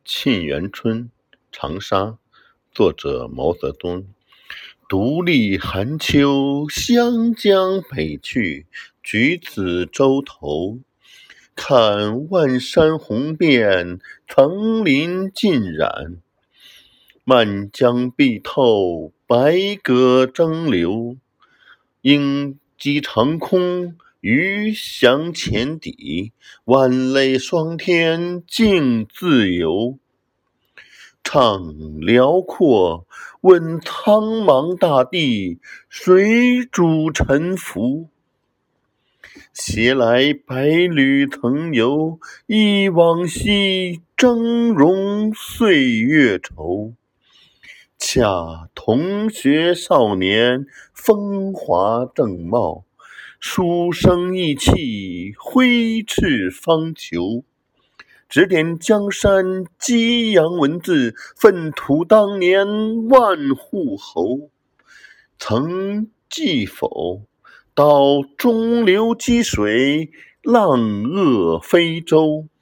沁园春·长沙，作者毛泽东。独立寒秋，湘江北去，举子洲头。看万山红遍，层林尽染。漫江碧透，百舸争流。鹰击长空，鱼翔浅底，万类霜天竞自由。怅辽阔，问苍茫大地，谁主沉浮？携来百侣曾游，忆往昔，峥嵘岁月稠。恰同学少年，风华正茂，书生意气，挥斥方遒。指点江山，激扬文字，粪土当年万户侯。曾记否？到中流击水，浪遏飞舟。